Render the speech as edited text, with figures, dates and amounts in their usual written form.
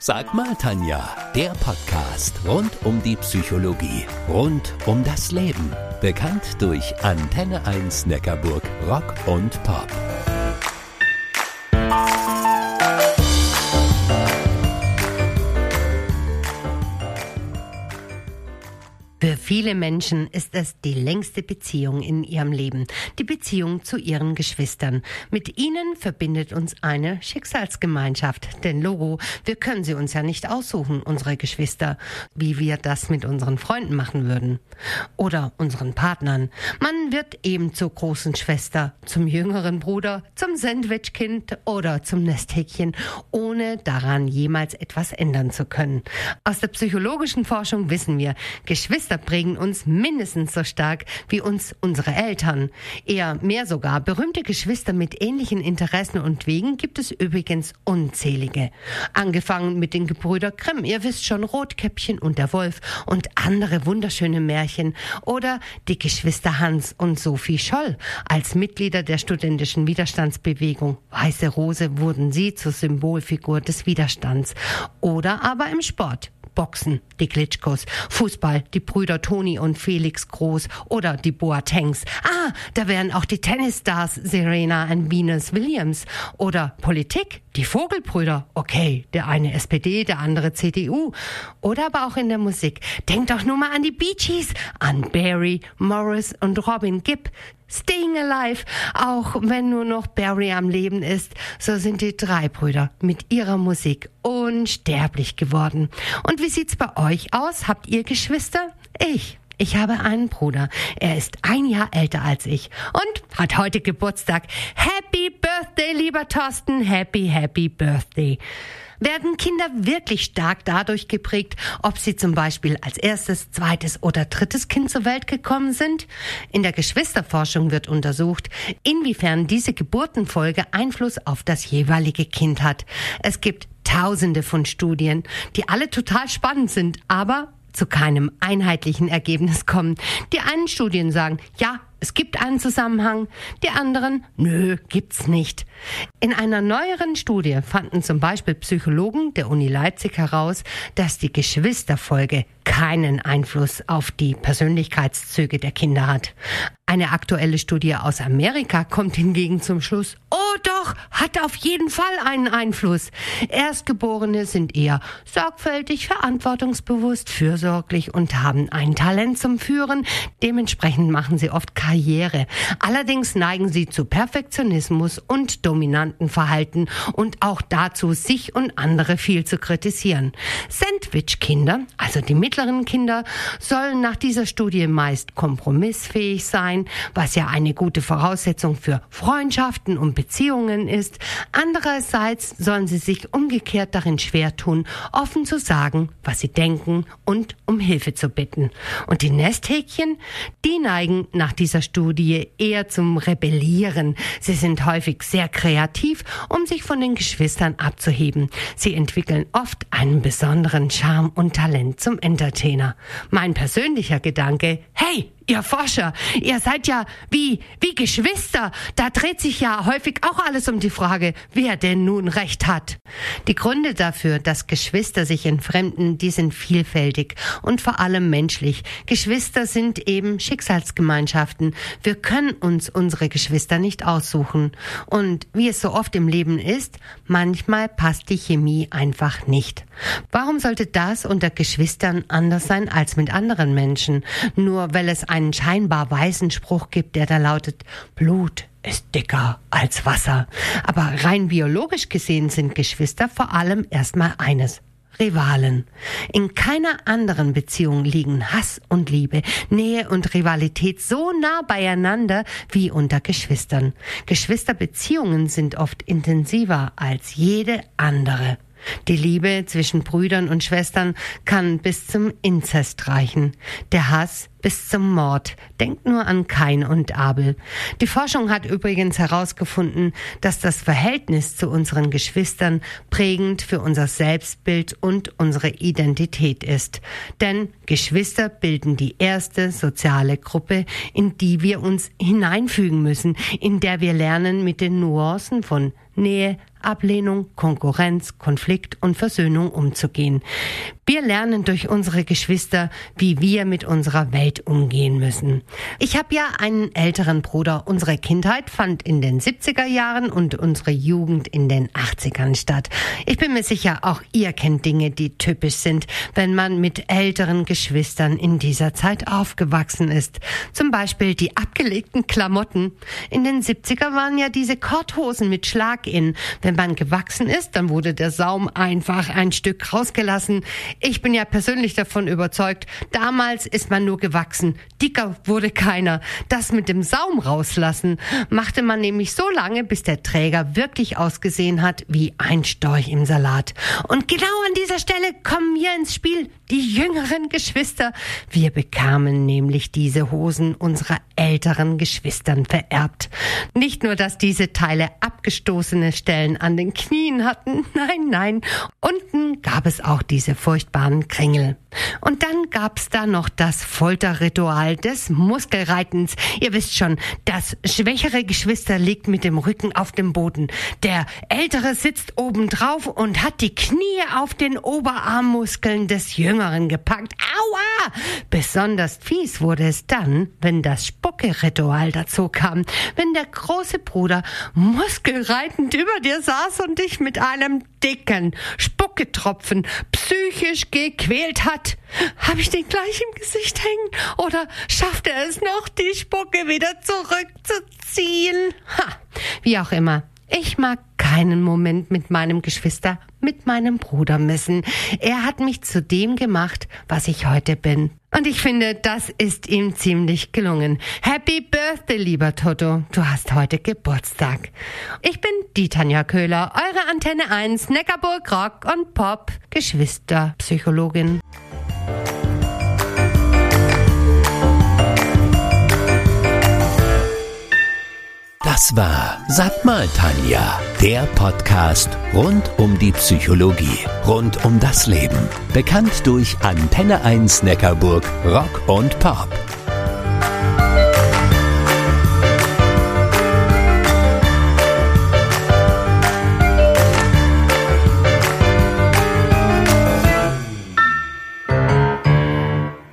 Sag mal, Tanja, der Podcast rund um die Psychologie, rund um das Leben. Bekannt durch Antenne 1 Neckarburg Rock und Pop. Für viele Menschen ist es die längste Beziehung in ihrem Leben, die Beziehung zu ihren Geschwistern. Mit ihnen verbindet uns eine Schicksalsgemeinschaft. Denn Logo, wir können sie uns ja nicht aussuchen, unsere Geschwister, wie wir das mit unseren Freunden machen würden. Oder unseren Partnern. Man wird eben zur großen Schwester, zum jüngeren Bruder, zum Sandwichkind oder zum Nesthäkchen, ohne daran jemals etwas ändern zu können. Aus der psychologischen Forschung wissen wir, Geschwister prägen uns mindestens so stark wie uns unsere Eltern. Eher mehr sogar. Berühmte Geschwister mit ähnlichen Interessen und Wegen gibt es übrigens unzählige. Angefangen mit den Gebrüder Grimm, ihr wisst schon, Rotkäppchen und der Wolf und andere wunderschöne Märchen. Oder die Geschwister Hans und Sophie Scholl. Als Mitglieder der studentischen Widerstandsbewegung Weiße Rose wurden sie zur Symbolfigur des Widerstands. Oder aber im Sport. Boxen, die Klitschkos, Fußball, die Brüder Toni und Felix Groß oder die Boatengs. Da wären auch die Tennisstars Serena und Venus Williams. Oder Politik, die Vogelbrüder. Okay, der eine SPD, der andere CDU. Oder aber auch in der Musik. Denkt doch nur mal an die Bee Gees, an Barry, Morris und Robin Gibb. Staying Alive, auch wenn nur noch Barry am Leben ist, so sind die drei Brüder mit ihrer Musik unsterblich geworden. Und wie sieht's bei euch aus? Habt ihr Geschwister? Ich habe einen Bruder. Er ist 1 Jahr älter als ich und hat heute Geburtstag. Happy Birthday, lieber Thorsten. Happy Birthday. Werden Kinder wirklich stark dadurch geprägt, ob sie zum Beispiel als erstes, zweites oder drittes Kind zur Welt gekommen sind? In der Geschwisterforschung wird untersucht, inwiefern diese Geburtenfolge Einfluss auf das jeweilige Kind hat. Es gibt Tausende von Studien, die alle total spannend sind, aber zu keinem einheitlichen Ergebnis kommen. Die einen Studien sagen, ja, es gibt einen Zusammenhang, die anderen, nö, gibt's nicht. In einer neueren Studie fanden zum Beispiel Psychologen der Uni Leipzig heraus, dass die Geschwisterfolge keinen Einfluss auf die Persönlichkeitszüge der Kinder hat. Eine aktuelle Studie aus Amerika kommt hingegen zum Schluss, oh doch, hat auf jeden Fall einen Einfluss. Erstgeborene sind eher sorgfältig, verantwortungsbewusst, fürsorglich und haben ein Talent zum Führen. Dementsprechend machen sie oft Karriere. Allerdings neigen sie zu Perfektionismus und dominanten Verhalten und auch dazu, sich und andere viel zu kritisieren. Sandwich-Kinder, also die mittleren Kinder, sollen nach dieser Studie meist kompromissfähig sein, was ja eine gute Voraussetzung für Freundschaften und Beziehungen ist. Andererseits sollen sie sich umgekehrt darin schwer tun, offen zu sagen, was sie denken und um Hilfe zu bitten. Und die Nesthäkchen, die neigen nach dieser Studie eher zum Rebellieren. Sie sind häufig sehr kreativ, um sich von den Geschwistern abzuheben. Sie entwickeln oft einen besonderen Charme und Talent zum Entertainer. Mein persönlicher Gedanke, hey, ihr Forscher, ihr seid ja wie Geschwister. Da dreht sich ja häufig auch alles um die Frage, wer denn nun recht hat. Die Gründe dafür, dass Geschwister sich entfremden, die sind vielfältig und vor allem menschlich. Geschwister sind eben Schicksalsgemeinschaften. Wir können uns unsere Geschwister nicht aussuchen. Und wie es so oft im Leben ist, manchmal passt die Chemie einfach nicht. Warum sollte das unter Geschwistern anders sein als mit anderen Menschen? Nur weil es einen scheinbar weisen Spruch gibt, der da lautet, Blut ist dicker als Wasser. Aber rein biologisch gesehen sind Geschwister vor allem erstmal eines: Rivalen. In keiner anderen Beziehung liegen Hass und Liebe, Nähe und Rivalität so nah beieinander wie unter Geschwistern. Geschwisterbeziehungen sind oft intensiver als jede andere. Die Liebe zwischen Brüdern und Schwestern kann bis zum Inzest reichen. Der Hass bis zum Mord. Denkt nur an Kain und Abel. Die Forschung hat übrigens herausgefunden, dass das Verhältnis zu unseren Geschwistern prägend für unser Selbstbild und unsere Identität ist. Denn Geschwister bilden die erste soziale Gruppe, in die wir uns hineinfügen müssen, in der wir lernen, mit den Nuancen von Nähe, Ablehnung, Konkurrenz, Konflikt und Versöhnung umzugehen. Wir lernen durch unsere Geschwister, wie wir mit unserer Welt umgehen müssen. Ich habe ja einen älteren Bruder. Unsere Kindheit fand in den 70er Jahren und unsere Jugend in den 80ern statt. Ich bin mir sicher, auch ihr kennt Dinge, die typisch sind, wenn man mit älteren Geschwistern in dieser Zeit aufgewachsen ist. Zum Beispiel die abgelegten Klamotten. In den 70er waren ja diese Korthosen mit Schlag in. Wenn man gewachsen ist, dann wurde der Saum einfach ein Stück rausgelassen. Ich bin ja persönlich davon überzeugt, damals ist man nur gewachsen. Dicker wurde keiner. Das mit dem Saum rauslassen machte man nämlich so lange, bis der Träger wirklich ausgesehen hat wie ein Storch im Salat. Und genau an dieser Stelle kommen wir ins Spiel, die jüngeren Geschwister. Wir bekamen nämlich diese Hosen unserer älteren Geschwistern vererbt. Nicht nur, dass diese Teile abgestoßene Stellen an den Knien hatten, nein, unten gab es auch diese furchtbaren Kringel. Und dann gab's da noch das Folterritual des Muskelreitens. Ihr wisst schon, das schwächere Geschwister liegt mit dem Rücken auf dem Boden. Der ältere sitzt oben drauf und hat die Knie auf den Oberarmmuskeln des Jüngeren gepackt. Aua! Besonders fies wurde es dann, wenn das Spucke-Ritual dazu kam. Wenn der große Bruder muskelreitend über dir saß und dich mit einem dicken Spucketropfen psychisch gequält hat. Habe ich den gleich im Gesicht hängen? Oder schafft er es noch, die Spucke wieder zurückzuziehen? Wie auch immer. Ich mag keinen Moment mit meinem Geschwister, mit meinem Bruder missen. Er hat mich zu dem gemacht, was ich heute bin. Und ich finde, das ist ihm ziemlich gelungen. Happy Birthday, lieber Toto. Du hast heute Geburtstag. Ich bin die Tanja Köhler, eure Antenne 1, Neckarburg Rock und Pop, Geschwisterpsychologin. Das war Sag mal, Tanja, der Podcast rund um die Psychologie, rund um das Leben. Bekannt durch Antenne 1 Neckarburg, Rock und Pop.